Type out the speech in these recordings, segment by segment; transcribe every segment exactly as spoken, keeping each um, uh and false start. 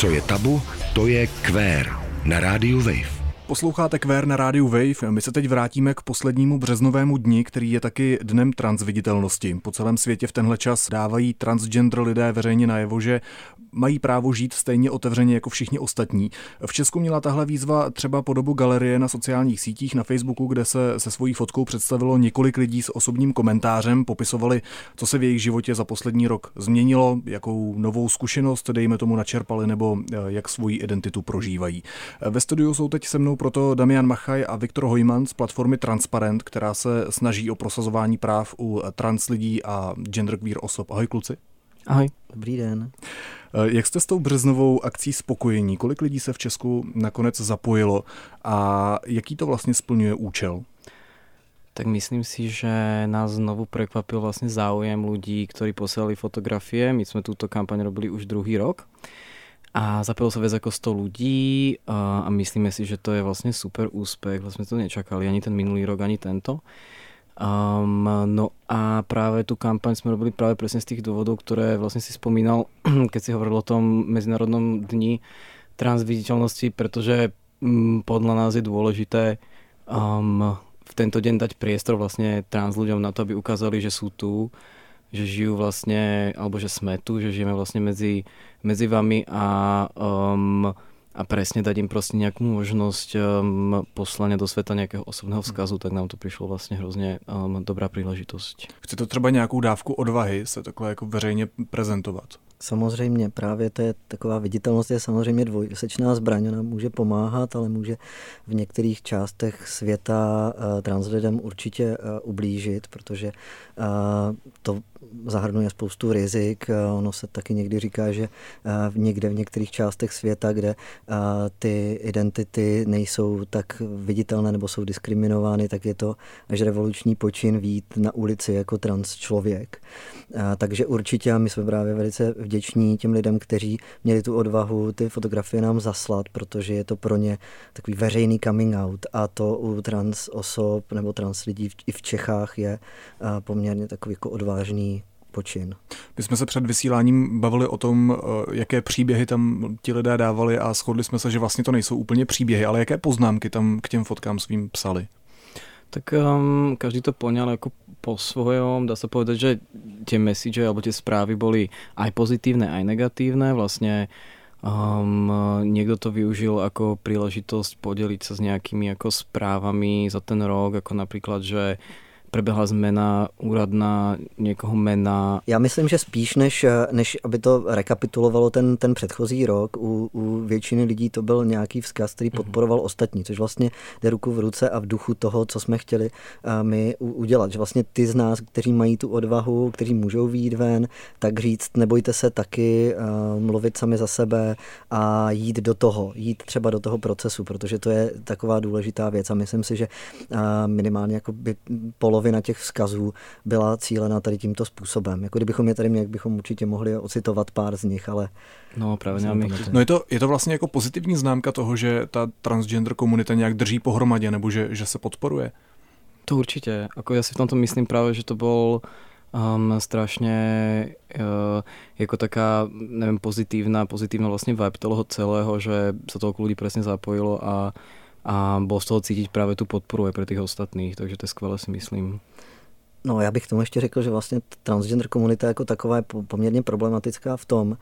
Co je tabu, to je Queer na rádiu Wave. Posloucháte Queer na rádiu Wave. My se teď vrátíme k poslednímu březnovému dni, který je taky dnem transviditelnosti. Po celém světě v tenhle čas dávají transgender lidé veřejně najevo, že mají právo žít stejně otevřeně jako všichni ostatní. V Česku měla tahle výzva třeba podobu galerie na sociálních sítích, na Facebooku, kde se se svojí fotkou představilo několik lidí s osobním komentářem, popisovali, co se v jejich životě za poslední rok změnilo, jakou novou zkušenost, dejme tomu, načerpali, nebo jak svoji identitu prožívají. Ve studiu jsou teď se mnou proto Damian Machaj a Viktor Hojman z platformy Transparent, která se snaží o prosazování práv u trans lidí a genderqueer osob. Ahoj kluci. Ahoj. Dobrý den. Jak jste s tou březnovou akcí spokojení? Kolik lidí se v Česku nakonec zapojilo a jaký to vlastně splňuje účel? Tak myslím si, že nás znovu prekvapil vlastne záujem ľudí, ktorí posielali fotografie. My sme túto kampaň robili už druhý rok a zapojilo sa viac ako sto ľudí a myslíme si, že to je vlastne super úspech. Vlastne to nečakali ani ten minulý rok, ani tento. Um, no a práve tú kampaň sme robili práve presne z tých dôvodov, ktoré vlastne si spomínal, keď si hovoril o tom Medzinárodnom dni transviditeľnosti, pretože um, podľa nás je dôležité um, v tento deň dať priestor vlastne trans ľuďom na to, aby ukázali, že sú tu, že žijú vlastne, alebo že sme tu, že žijeme vlastne medzi, medzi vami a um, a presne dať im proste nejakú možnosť um, poslania do sveta nejakého osobného vzkazu, tak nám to prišlo vlastne hrozně um, dobrá príležitosť. Chce to třeba nějakou dávku odvahy se takhle jako veřejně prezentovat? Samozřejmě, právě to je taková viditelnost, je samozřejmě dvojsečná zbraň, ona může pomáhat, ale může v některých částech světa uh, trans lidem určitě uh, ublížit, protože uh, to zahrnuje spoustu rizik. Uh, ono se taky někdy říká, že uh, někde v některých částech světa, kde uh, ty identity nejsou tak viditelné nebo jsou diskriminovány, tak je to až revoluční počin vyjít na ulici jako trans člověk. Uh, takže určitě, a my jsme právě velice vděční těm lidem, kteří měli tu odvahu ty fotografie nám zaslat, protože je to pro ně takový veřejný coming out a to u trans osob nebo trans lidí i v Čechách je uh, poměrně takový jako odvážný počin. My jsme se před vysíláním bavili o tom, jaké příběhy tam ti lidé dávali a shodli jsme se, že vlastně to nejsou úplně příběhy, ale jaké poznámky tam k těm fotkám svým psali? Tak um, každý to poňal ako po svojom. Dá sa povedať, že tie message alebo tie správy boli aj pozitívne, aj negatívne. Vlastne um, niekto to využil ako príležitosť podeliť sa s nejakými ako správami za ten rok, ako napríklad, že prebehla zmena úradná někoho jména. Já myslím, že spíš než, než aby to rekapitulovalo ten, ten předchozí rok, u, u většiny lidí to byl nějaký vzkaz, který podporoval mm. ostatní, což vlastně jde ruku v ruce a v duchu toho, co jsme chtěli uh, my u, udělat. Že vlastně ty z nás, kteří mají tu odvahu, kteří můžou vyjít ven, tak říct, nebojte se taky uh, mluvit sami za sebe a jít do toho, jít třeba do toho procesu, protože to je taková důležitá věc a myslím si, že uh, minimálně jako by polovina na těch vzkazů byla cílena tady tímto způsobem. Jako kdybychom je tady měli, bychom určitě mohli ocitovat pár z nich, ale... No právě nevím. No je to, je to vlastně jako pozitivní známka toho, že ta transgender komunita nějak drží pohromadě, nebo že, že se podporuje? To určitě. Ako ja si v tomto myslím právě, že to bol um, strašně uh, jako taká, nevím, pozitívna, pozitívna vlastně vibe toho celého, že sa toľko ľudí presne zapojilo a a bol z toho cítiť práve tú podporu aj pre tých ostatných, takže to je skvěle, si myslím. No, já bych tomu ještě řekl, že vlastně transgender komunita jako taková je poměrně problematická v tom,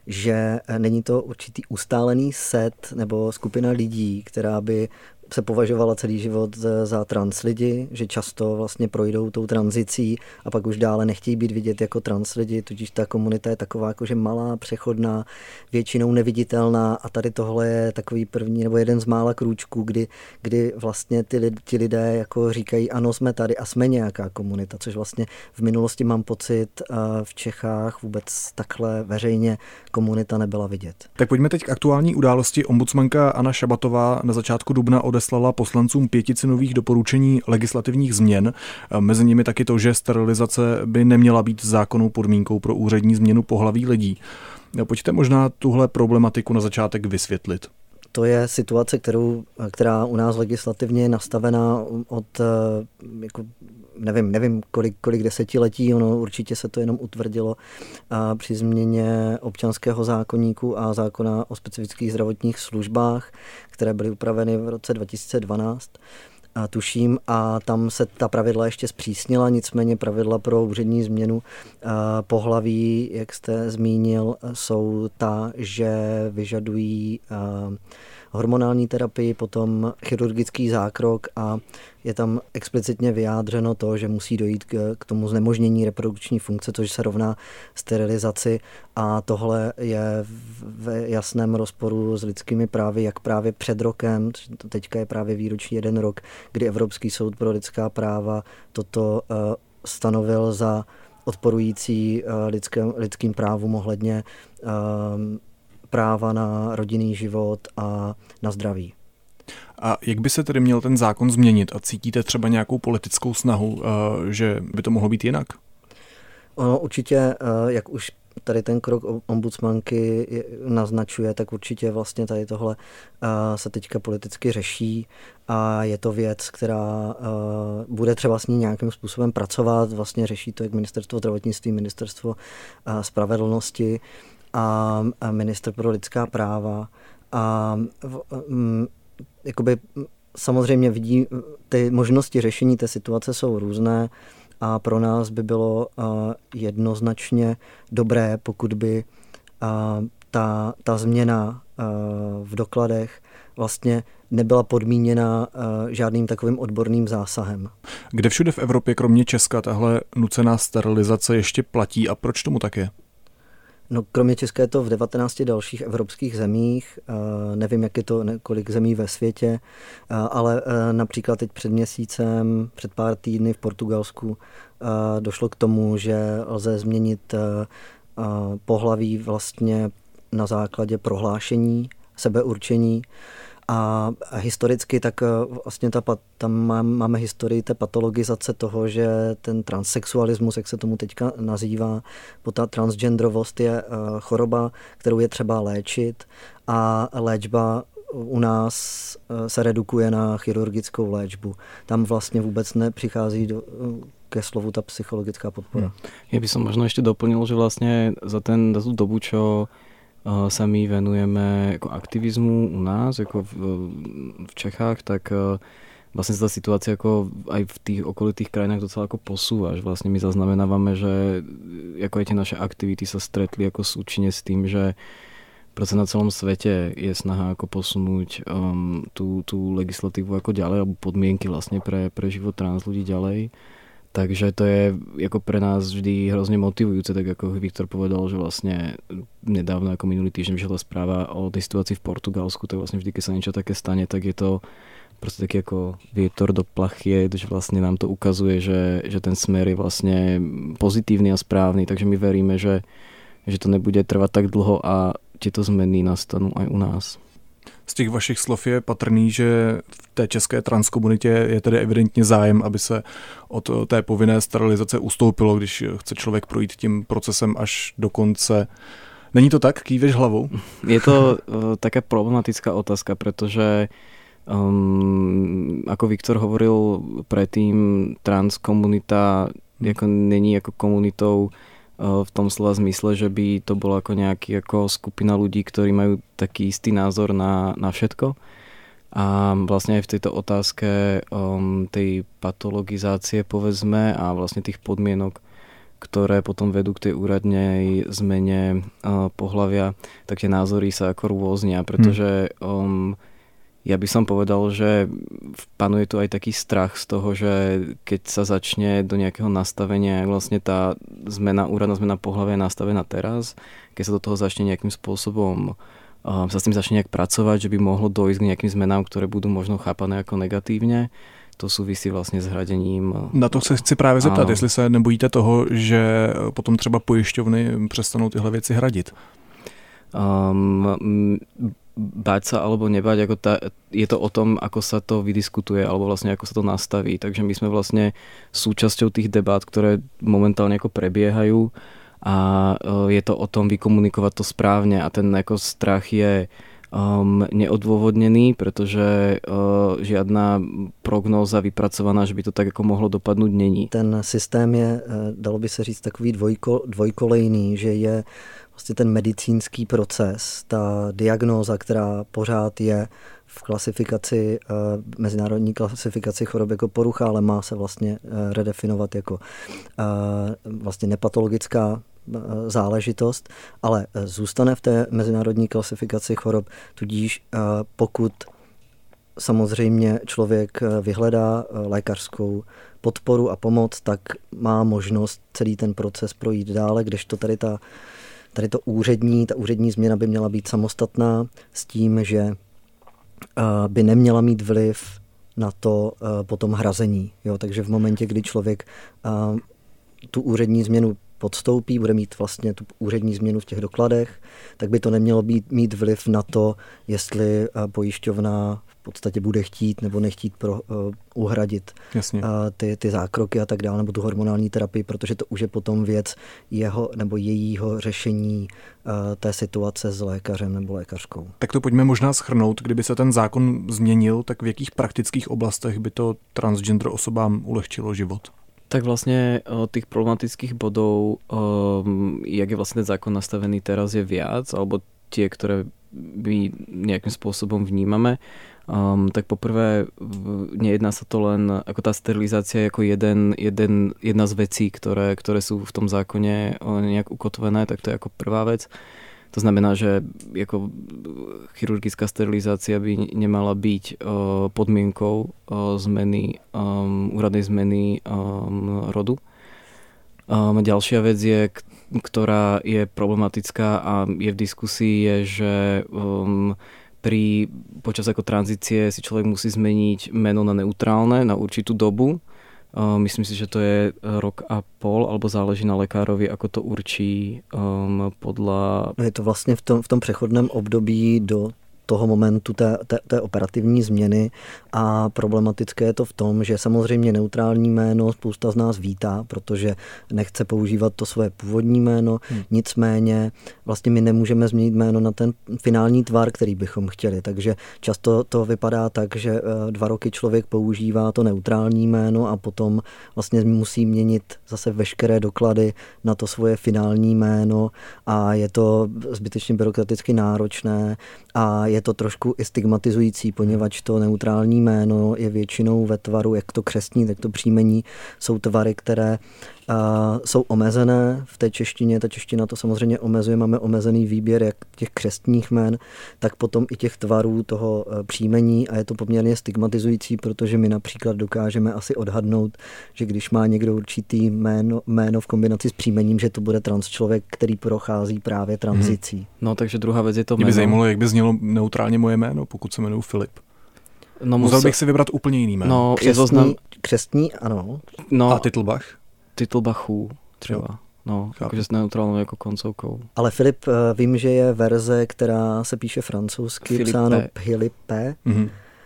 že není to určitý ustálený set nebo skupina lidí, která by se považovala celý život za trans lidi, že často vlastně projdou tou tranzicí a pak už dále nechtějí být vidět jako trans lidi, tudíž ta komunita je taková jakože malá, přechodná, většinou neviditelná a tady tohle je takový první nebo jeden z mála krůčků, kdy, kdy vlastně ty, lid, ti lidé jako říkají, ano, jsme tady a jsme nějaká komunita, což vlastně v minulosti mám pocit v Čechách vůbec takhle veřejně komunita nebyla vidět. Tak pojďme teď k aktuální události. Ombudsmanka Anna Šabatová na začátku dubna odeslala poslancům pětici nových doporučení legislativních změn. Mezi nimi taky to, že sterilizace by neměla být zákonnou podmínkou pro úřední změnu pohlaví lidí. Pojďte možná tuhle problematiku na začátek vysvětlit. To je situace, kterou, která u nás legislativně je nastavená od jako nevím, nevím kolik, kolik desetiletí, ono určitě se to jenom utvrdilo a při změně občanského zákoníku a zákona o specifických zdravotních službách, které byly upraveny v roce dva tisíce dvanáct. A tuším, a tam se ta pravidla ještě zpřísnila, nicméně pravidla pro úřední změnu pohlaví, jak jste zmínil, jsou ta, že vyžadují hormonální terapii, potom chirurgický zákrok a je tam explicitně vyjádřeno to, že musí dojít k, k tomu znemožnění reprodukční funkce, což se rovná sterilizaci a tohle je v jasném rozporu s lidskými právy, jak právě před rokem, teďka je právě výročí jeden rok, kdy Evropský soud pro lidská práva toto uh, stanovil za odporující uh, lidským, lidským právům ohledně uh, práva na rodinný život a na zdraví. A jak by se tedy měl ten zákon změnit? A cítíte třeba nějakou politickou snahu, že by to mohlo být jinak? Ono určitě, jak už tady ten krok ombudsmanky naznačuje, tak určitě vlastně tady tohle se teďka politicky řeší a je to věc, která bude třeba s ní nějakým způsobem pracovat. Vlastně řeší to jak ministerstvo zdravotnictví, ministerstvo spravedlnosti a ministr pro lidská práva a m, jakoby samozřejmě vidí, ty možnosti řešení té situace jsou různé a pro nás by bylo uh, jednoznačně dobré, pokud by uh, ta, ta změna uh, v dokladech vlastně nebyla podmíněna uh, žádným takovým odborným zásahem. Kde všude v Evropě, kromě Česka, tahle nucená sterilizace ještě platí a proč tomu tak je? No, kromě Česka je to v devatenácti dalších evropských zemích, uh, nevím, jak je to, ne, kolik zemí ve světě, uh, ale uh, například teď před měsícem, před pár týdny v Portugalsku uh, došlo k tomu, že lze změnit uh, uh, pohlaví vlastně na základě prohlášení, sebeurčení. A historicky tak vlastně ta, tam máme historii té patologizace toho, že ten transsexualismus, jak se tomu teďka nazývá, ta transgenderovost je choroba, kterou je třeba léčit a léčba u nás se redukuje na chirurgickou léčbu. Tam vlastně vůbec nepřichází do, ke slovu ta psychologická podpora. Hmm. Ja by som možno ešte doplnil, že vlastne za, ten, za tú dobu, čo uh, sa my venujeme ako aktivizmu u nás, ako v, v Čechách, tak uh, vlastne sa tá situácia ako aj v tých okolitých krajinách docela ako posúva. Vlastne my zaznamenávame, že ako aj tie naše aktivity sa stretli ako súčine s tým, že proste na celom svete je snaha ako posunúť um, tú, tú legislatívu ako ďalej, alebo podmienky vlastne pre, pre život trans ľudí ďalej. Takže to je ako pre nás vždy hrozne motivujúce, tak ako Viktor povedal, že vlastne nedávno ako minulý týždeň vyšla správa o tej situácii v Portugalsku, tak vlastne vždy, keď sa niečo také stane, tak je to proste taký ako vietor do plachiet, že vlastne nám to ukazuje, že, že ten smer je vlastne pozitívny a správny, takže my veríme, že, že to nebude trvať tak dlho a tieto zmeny nastanú aj u nás. Z těch vašich slov je patrný, že v té české transkomunitě je tedy evidentně zájem, aby se od té povinné sterilizace ustoupilo, když chce člověk projít tím procesem až do konce. Není to tak? Kýveš hlavou? Je to uh, taká problematická otázka, pretože um, ako Viktor hovoril predtým, transkomunita jako není ako komunitou v tom slova zmysle, že by to bola ako nejaký ako skupina ľudí, ktorí majú taký istý názor na, na všetko. A vlastne aj v tejto otázke um, tej patologizácie povedzme a vlastne tých podmienok, ktoré potom vedú k tej úradnej zmene uh, pohlavia, tak tie názory sa ako rôznia, pretože um, ja by som povedal, že panuje tu aj taký strach z toho, že keď sa začne do nejakého nastavenia, vlastne tá zmena, úradná zmena pohlavia je nastavená teraz, keď sa do toho začne nejakým spôsobom, uh, sa s tým začne nejak pracovať, že by mohlo dojsť k nejakým zmenám, ktoré budú možno chápané ako negatívne. To súvisí vlastne s hradením. Na to se chci právě zeptat, ano. Jestli se nebojíte toho, že potom třeba pojišťovny přestanou tyhle věci hradit. Um, báť sa alebo nebáť, ako tá, je to o tom, ako sa to vydiskutuje alebo vlastne ako sa to nastaví. Takže my sme vlastne súčasťou tých debát, ktoré momentálne ako prebiehajú a je to o tom vykomunikovať to správne a ten ako strach je um, neodôvodnený, pretože uh, žiadna prognóza vypracovaná, že by to tak jako mohlo dopadnout, není. Ten systém je, dalo by se říct, takový dvojko, dvojkolejný, že je vlastně ten medicínský proces, ta diagnóza, která pořád je v klasifikaci, mezinárodní klasifikaci chorob jako porucha, ale má se vlastně redefinovat jako vlastně nepatologická záležitost, ale zůstane v té mezinárodní klasifikaci chorob, tudíž pokud samozřejmě člověk vyhledá lékařskou podporu a pomoc, tak má možnost celý ten proces projít dále, kdežto tady ta Tady to úřední, ta úřední změna by měla být samostatná s tím, že by neměla mít vliv na to potom hrazení. Jo? Takže v momentě, kdy člověk tu úřední změnu podstoupí, bude mít vlastně tu úřední změnu v těch dokladech, tak by to nemělo být, mít vliv na to, jestli pojišťovna v podstatě bude chtít nebo nechtít pro, uh, uhradit uh, ty, ty zákroky a tak dále, nebo tu hormonální terapii, protože to už je potom věc jeho nebo jejího řešení uh, té situace s lékařem nebo lékařkou. Tak to pojďme možná shrnout, kdyby se ten zákon změnil, tak v jakých praktických oblastech by to transgender osobám ulehčilo život? Tak vlastne tých problematických bodov, jak je vlastne ten zákon nastavený teraz, je viac, alebo tie, ktoré my nejakým spôsobom vnímame. Um, tak poprvé nejedná sa to len, ako tá sterilizácia je ako jeden, jeden, jedna z vecí, ktoré, ktoré sú v tom zákone nejak ukotvené, tak to je ako prvá vec. To znamená, že jako chirurgická sterilizácia by nemala byť uh, podmienkou uh, zmeny, um, úradnej zmeny um, rodu. Um, ďalšia vec je, k- ktorá je problematická a je v diskusii, je, že um, pri, počas ako tranzície si človek musí zmeniť meno na neutrálne na určitú dobu. Uh, myslím si, že to je rok a pol, alebo záleží na lekárovi, ako to určí um, podľa... Je to vlastně v tom, v tom přechodném období do toho momentu té, té, té operativní změny a problematické je to v tom, že samozřejmě neutrální jméno spousta z nás vítá, protože nechce používat to svoje původní jméno, hmm. nicméně vlastně my nemůžeme změnit jméno na ten finální tvar, který bychom chtěli, takže často to vypadá tak, že dva roky člověk používá to neutrální jméno a potom vlastně musí měnit zase veškeré doklady na to svoje finální jméno a je to zbytečně byrokraticky náročné a je to trošku i stigmatizující, poněvadž to neutrální jméno je většinou ve tvaru, jak to křestní, tak to příjmení, jsou tvary, které uh, jsou omezené v té češtině. Ta čeština to samozřejmě omezuje, máme omezený výběr jak těch křestních jmen, tak potom i těch tvarů toho uh, příjmení a je to poměrně stigmatizující, protože my například dokážeme asi odhadnout, že když má někdo určitý jméno, jméno v kombinaci s příjmením, že to bude trans člověk, který prochází právě tranzicí. Hmm. No takže druhá věc je to jméno. Mě by zajímalo, jak by znělo neutrálně moje jméno, pokud se jmenuji Filip. No, musel, musel bych si vybrat úplně jiný jméno. No, křestní, zoznam... křestní, ano. No, a Titlbach? Titlbachů třeba. Jo. No, jakože s neutrálnou jako koncovkou. Ale Filip, vím, že je verze, která se píše francouzsky, Philippe. Psáno Philippe, mm-hmm.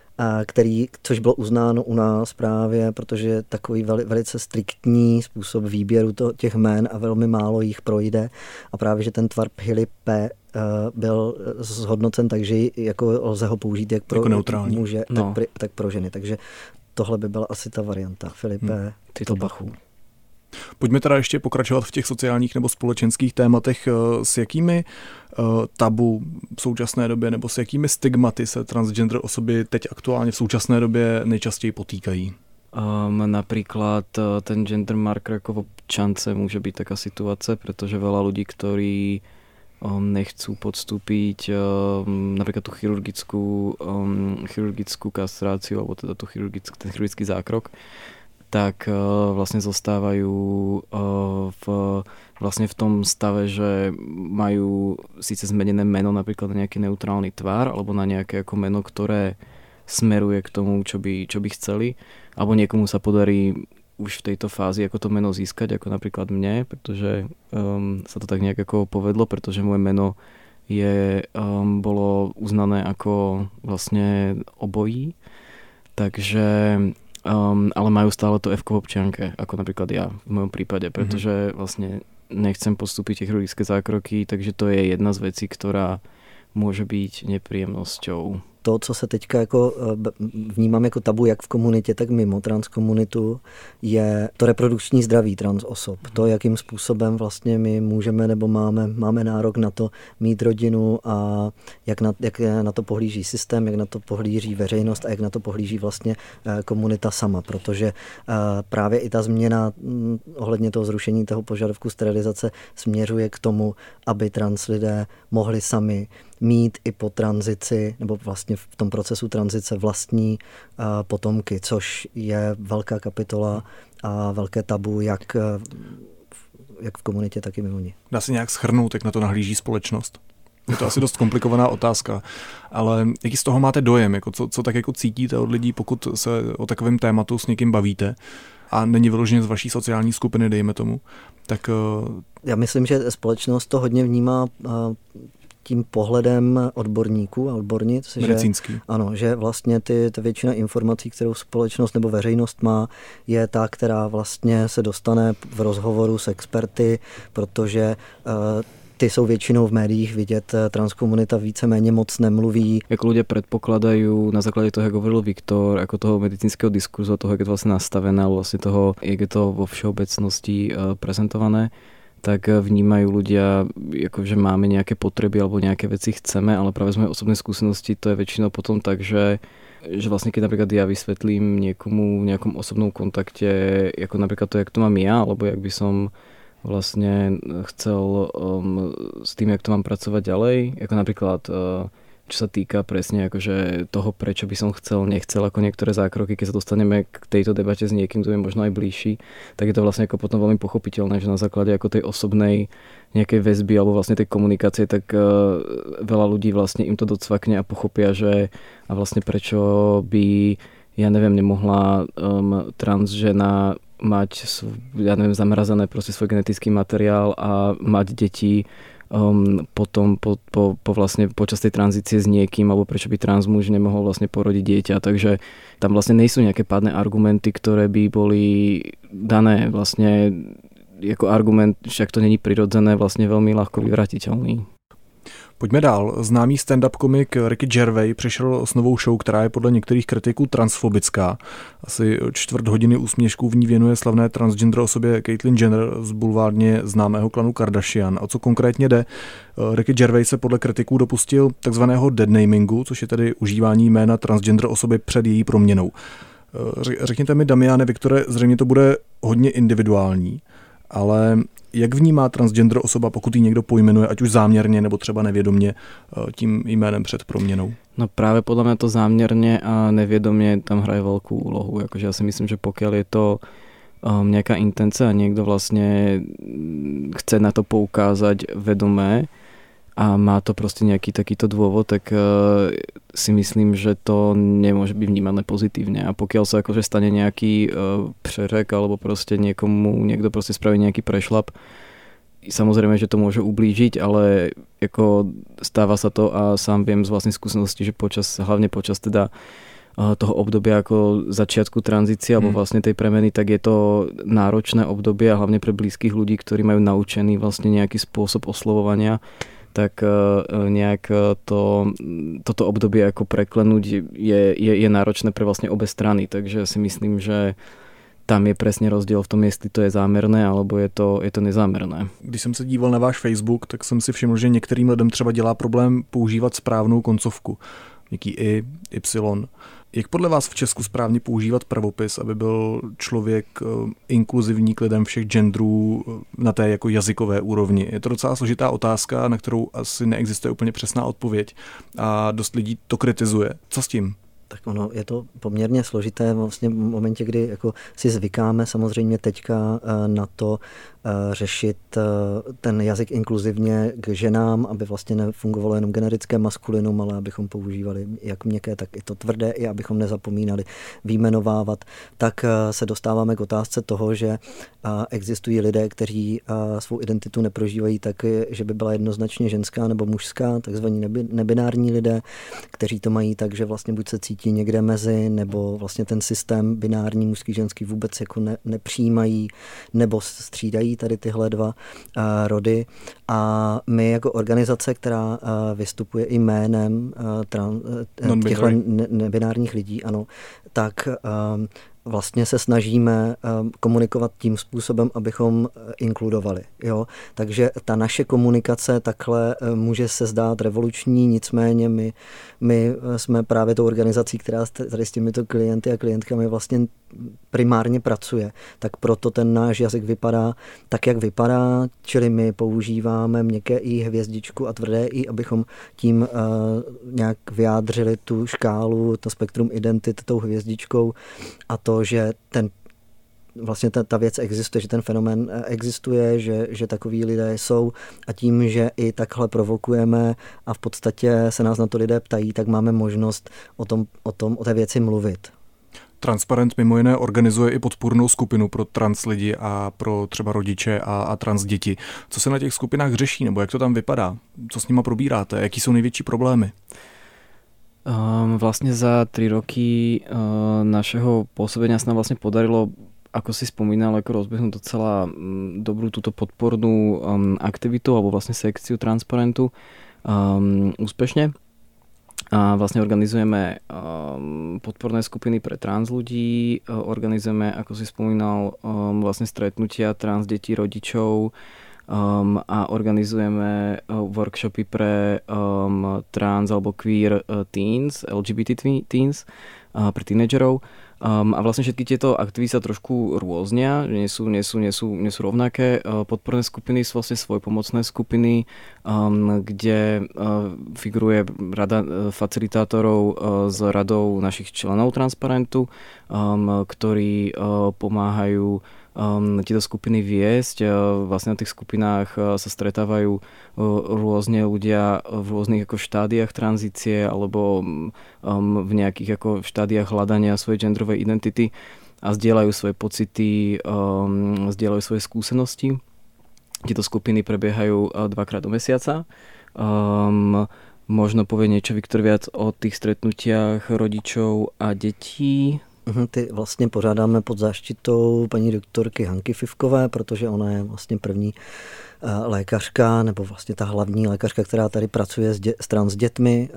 který, což bylo uznáno u nás právě, protože je takový veli, velice striktní způsob výběru to, těch jmén a velmi málo jich projde. A právě, že ten tvar Philippe byl zhodnocen, takže jako lze ho použít jak pro jako muže, no. tak, pro, tak pro ženy. Takže tohle by byla asi ta varianta. Philippe hmm. Titlbachů. Pojďme teda ještě pokračovat v těch sociálních nebo společenských tématech. S jakými tabu v současné době nebo s jakými stigmaty se transgender osoby teď aktuálně v současné době nejčastěji potýkají? Um, napríklad ten gender marker jako v občance může být taká situace, protože veľa ľudí, ktorí um, nechcú podstúpiť um, napríklad tú chirurgickú, um, chirurgickú kastráciu alebo teda tú chirurgický, ten chirurgický zákrok, tak uh, vlastne zostávajú uh, v, vlastne v tom stave, že majú síce zmenené meno napríklad na nejaký neutrálny tvar alebo na nejaké ako meno, ktoré smeruje k tomu, čo by, čo by chceli, alebo niekomu sa podarí už v tejto fázi ako to meno získať, ako napríklad mne, pretože um, sa to tak nejak ako povedlo, pretože moje meno je, um, bolo uznané ako vlastne obojí, takže um, ale majú stále to F-ko v občianke, ako napríklad ja v mojom prípade, pretože vlastne nechcem postúpiť tie chirurgické zákroky, takže to je jedna z vecí, ktorá môže byť nepríjemnosťou. To, co se teďka jako vnímám jako tabu jak v komunitě, tak mimo transkomunitu, je to reprodukční zdraví trans osob. To, jakým způsobem vlastně my můžeme nebo máme, máme nárok na to mít rodinu a jak na, jak na to pohlíží systém, jak na to pohlíží veřejnost a jak na to pohlíží vlastně komunita sama, protože právě i ta změna ohledně toho zrušení toho požadavku sterilizace směřuje k tomu, aby trans lidé mohli sami mít i po tranzici, nebo vlastně v tom procesu tranzice vlastní uh, potomky, což je velká kapitola a velké tabu, jak, jak v komunitě, tak i mimo ní. Dá se nějak shrnout, jak na to nahlíží společnost? Je to asi dost komplikovaná otázka, ale jaký z toho máte dojem? Jako co, co tak jako cítíte od lidí, pokud se o takovém tématu s někým bavíte a není vyloženě z vaší sociální skupiny, dejme tomu? Tak, uh... Já myslím, že společnost to hodně vnímá uh, tím pohledem odborníků a odbornic. Medicínský. Že, ano, že vlastně ty, ta většina informací, kterou společnost nebo veřejnost má, je ta, která vlastně se dostane v rozhovoru s experty, protože uh, ty jsou většinou v médiích vidět, transkomunita víceméně moc nemluví. Jako ľudia predpokladajú na základe toho, jak hovoril Viktor, ako toho medicínskeho diskurzu, toho, jak je to vlastne nastavené, alebo vlastne toho, jak je to vo všeobecnosti uh, prezentované, tak vnímajú ľudia, ako že máme nejaké potreby alebo nejaké veci chceme, ale práve z mojej osobnej skúsenosti to je väčšinou potom tak, že, že vlastne keď napríklad ja vysvetlím niekomu v nejakom osobnom kontakte, ako napríklad to, jak to mám ja, alebo jak by som vlastne chcel um, s tým, jak to mám pracovať ďalej, ako napríklad uh, čo sa týka presne akože toho, prečo by som chcel, nechcel, ako niektoré zákroky, keď sa dostaneme k tejto debate s niekým, kto je možno aj bližší, tak je to vlastne ako potom veľmi pochopiteľné, že na základe ako tej osobnej nejakej väzby alebo vlastne tej komunikácie, tak uh, veľa ľudí vlastne im to docvakne a pochopia, že a vlastne prečo by, ja neviem, nemohla um, trans žena mať, ja neviem, zamrazené proste svoj genetický materiál a mať deti Um, potom po, po, po vlastne počas tej tranzície s niekým, alebo prečo by trans muž nemohol vlastne porodiť dieťa, takže tam vlastne nejsú nejaké pádne argumenty, ktoré by boli dané vlastne ako argument, však to není prirodzené, vlastne veľmi ľahko vyvratiteľný. Pojďme dál. Známý stand-up komik Ricky Gervais přišel s novou show, která je podle některých kritiků transfobická. Asi čtvrt hodiny úsměšků v ní věnuje slavné transgender osobě Caitlyn Jenner z bulvárně známého klanu Kardashian. O co konkrétně jde? Ricky Gervais se podle kritiků dopustil takzvaného deadnamingu, což je tedy užívání jména transgender osoby před její proměnou. Řekněte mi, Damiane, Viktore, zřejmě to bude hodně individuální, ale jak vnímá transgender osoba, pokud ji někdo pojmenuje, ať už záměrně nebo třeba nevědomně, tím jménem před proměnou? No práve podľa mňa to zámerne a nevědomne tam hraje veľkú úlohu. Akože ja si myslím, že pokiaľ je to um, nejaká intencia a niekto vlastne chce na to poukázať vedomé a má to proste nejaký takýto dôvod, tak uh, si myslím, že to nemôže byť vnímané pozitívne. A pokiaľ sa akože stane nejaký uh, přerek alebo proste niekomu, niekto proste spraví nejaký prešlap, samozrejme, že to môže ublížiť, ale ako stáva sa to a sám viem z vlastnej skúsenosti, že počas, hlavne počas teda uh, toho obdobia ako začiatku tranzície alebo vlastne tej premeny, tak je to náročné obdobie a hlavne pre blízkych ľudí, ktorí majú naučený vlastne nejaký spôsob oslovovania, tak nejak to, toto obdobie ako preklenúť je, je, je náročné pre vlastne obe strany, takže si myslím, že tam je presne rozdiel v tom, jestli to je zámerné, alebo je to, je to nezámerné. Když jsem se díval na váš Facebook, tak jsem si všiml, že některým lidem třeba dělá problém používat správnou koncovku. Nějaký I, Y. Jak podle vás v Česku správně používat pravopis, aby byl člověk inkluzivní k lidem všech genderů na té jako jazykové úrovni? Je to docela složitá otázka, na kterou asi neexistuje úplně přesná odpověď a dost lidí to kritizuje. Co s tím? Tak ono je to poměrně složité vlastně v momentě, kdy jako si zvykáme samozřejmě teďka na to řešit ten jazyk inkluzivně k ženám, aby vlastně nefungovalo jenom generické maskulinum, ale abychom používali jak měkké, tak i to tvrdé, i abychom nezapomínali vyjmenovávat, tak se dostáváme k otázce toho, že existují lidé, kteří svou identitu neprožívají tak, že by byla jednoznačně ženská nebo mužská, takzvaní nebinární lidé, kteří to mají tak, že vlastně buď se cítí buď někde mezi, nebo vlastně ten systém binární mužský ženský vůbec jako ne, nepřijímají, nebo střídají tady tyhle dva uh, rody. A my jako organizace, která uh, vystupuje i jménem uh, tran, uh, těchto ne, nebinárních lidí, ano, tak uh, vlastně se snažíme komunikovat tím způsobem, abychom inkludovali. Jo? Takže ta naše komunikace takhle může se zdát revoluční, nicméně my, my jsme právě tou organizací, která tady s těmito klienty a klientkami vlastně primárně pracuje. Tak proto ten náš jazyk vypadá tak, jak vypadá, čili my používáme měkké i, hvězdičku a tvrdé i, abychom tím uh, nějak vyjádřili tu škálu, to spektrum identit tou hvězdičkou a to, že ten vlastně ta, ta věc existuje, že ten fenomén existuje, že, že takoví lidé jsou a tím, že i takhle provokujeme a v podstatě se nás na to lidé ptají, tak máme možnost o tom, o tom, o té věci mluvit. Transparent mimo jiné organizuje i podpůrnou skupinu pro trans lidi a pro třeba rodiče a, a trans děti. Co se na těch skupinách řeší, nebo jak to tam vypadá? Co s nima probíráte? Jaký jsou největší problémy? Um, vlastne za tri roky uh, našeho pôsobenia sa nám vlastne podarilo, ako si spomínal, ako rozbehnúť docela um, dobrú túto podpornú um, aktivitu alebo vlastne sekciu Transparentu um, úspešne. A vlastne organizujeme um, podporné skupiny pre trans ľudí, uh, organizujeme, ako si spomínal, um, vlastne stretnutia trans detí, rodičov, Um, a organizujeme uh, workshopy pre um, trans alebo queer uh, teens, el gé bé té teens, uh, pre tínedžerov. Um, a vlastne všetky tieto aktivity sa trošku rôznia, nie sú, nie sú, nie sú, nie sú rovnaké. Uh, podporné skupiny sú vlastne svojpomocné skupiny, um, kde uh, figuruje rada uh, facilitátorov uh, s radou našich členov Transparentu, um, ktorí uh, pomáhajú Um, tieto skupiny viesť. Uh, vlastne na tých skupinách uh, sa stretávajú uh, rôzne ľudia v rôznych ako štádiách tranzície alebo um, v nejakých ako štádiách hľadania svojej genderovej identity a zdieľajú svoje pocity, um, zdieľajú svoje skúsenosti. Tieto skupiny prebiehajú uh, dvakrát do mesiaca. Um, možno povie niečo Viktor viac o tých stretnutiach rodičov a detí. Ty vlastně pořádáme pod záštitou paní doktorky Hanky Fivkové, protože ona je vlastně první lékařka, nebo vlastně ta hlavní lékařka, která tady pracuje s, dě- s trans dětmi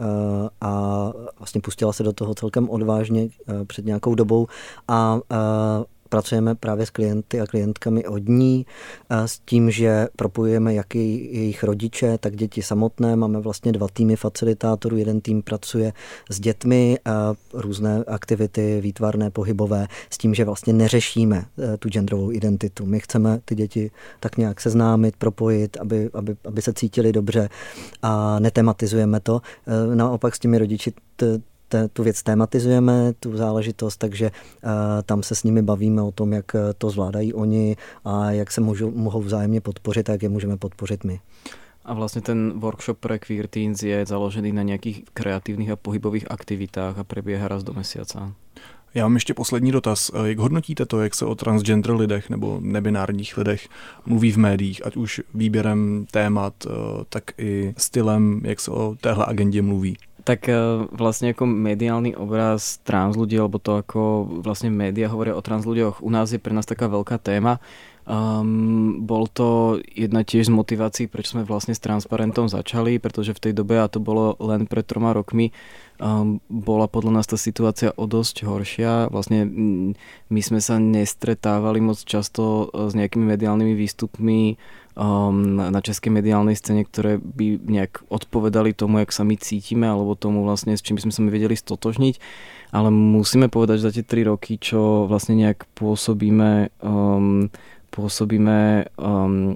a vlastně pustila se do toho celkem odvážně před nějakou dobou a pracujeme právě s klienty a klientkami od ní s tím, že propojujeme jak jejich rodiče, tak děti samotné. Máme vlastně dva týmy facilitátorů. Jeden tým pracuje s dětmi, různé aktivity výtvarné, pohybové, s tím, že vlastně neřešíme tu genderovou identitu. My chceme ty děti tak nějak seznámit, propojit, aby, aby, aby se cítili dobře a netematizujeme to. Naopak s těmi rodiči t- tu věc tématizujeme, tu záležitost, takže uh, tam se s nimi bavíme o tom, jak to zvládají oni a jak se můžou, mohou vzájemně podpořit a jak je můžeme podpořit my. A vlastne ten workshop pre queer teens je založený na nejakých kreatívnych a pohybových aktivitách a prebieha raz do mesiaca. Já mám ještě poslední dotaz. Jak hodnotíte to, jak se o transgender lidech nebo nebinárních lidech mluví v médiích, ať už výběrem témat, tak i stylem, jak se o téhle agendě mluví? Tak vlastne ako mediálny obraz trans ľudí, alebo to ako vlastne média hovoria o trans ľuďoch, u nás je pre nás taká veľká téma. Um, bol to jedna tiež z motivácií, prečo sme vlastne s Transparentom začali, pretože v tej dobe, a to bolo len pred troma rokmi, um, bola podľa nás tá situácia o dosť horšia. Vlastne my sme sa nestretávali moc často s nejakými mediálnymi výstupmi um, na českej mediálnej scéne, ktoré by nejak odpovedali tomu, jak sa my cítime, alebo tomu vlastne, s čím by sme sa my vedeli stotožniť. Ale musíme povedať, že za tie tri roky, čo vlastne nejak pôsobíme, um, pôsobíme, um,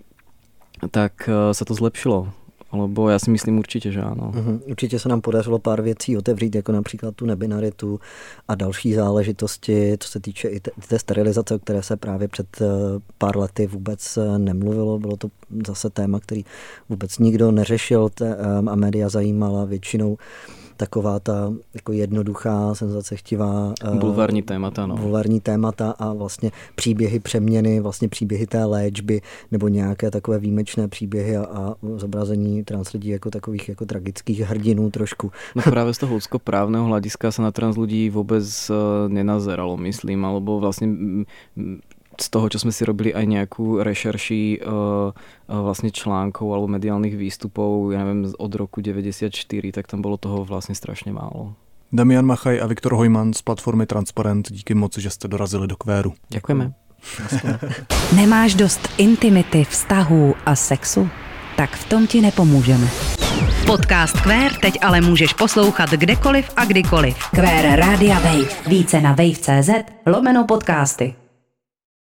tak uh, sa to zlepšilo. Lebo já si myslím určitě, že ano. Uhum. Určitě se nám podařilo pár věcí otevřít, jako například tu nebinaritu a další záležitosti, co se týče i té sterilizace, o které se právě před pár lety vůbec nemluvilo. Bylo to zase téma, který vůbec nikdo neřešil a média zajímala většinou taková ta jako jednoduchá, senzacechtivá bulvární témata, no. bulvární témata a vlastně příběhy přeměny, vlastně příběhy té léčby nebo nějaké takové výjimečné příběhy a, a zobrazení trans lidí jako takových jako tragických hrdinů trošku. No práve z toho ľudskoprávneho hľadiska sa na trans ľudí vôbec nenazeralo, myslím, alebo vlastne z toho, čo sme si robili aj nejakú rešerši vlastne článkov alebo mediálnych výstupov, ja neviem, od roku deväťdesiatštyri, tak tam bolo toho vlastne strašne málo. Damian Machaj a Viktor Hojman z platformy Transparent, díky moc, že jste dorazili do Kvéru. Ďakujeme. Nemáš dost intimity, vztahů a sexu? Tak v tom ti nepomůžeme. Podcast Kvér teď ale můžeš poslouchat kdekoliv a kdykoliv. Kvér Rádia Wave. Více na wave tečka cz lomeno podcasty.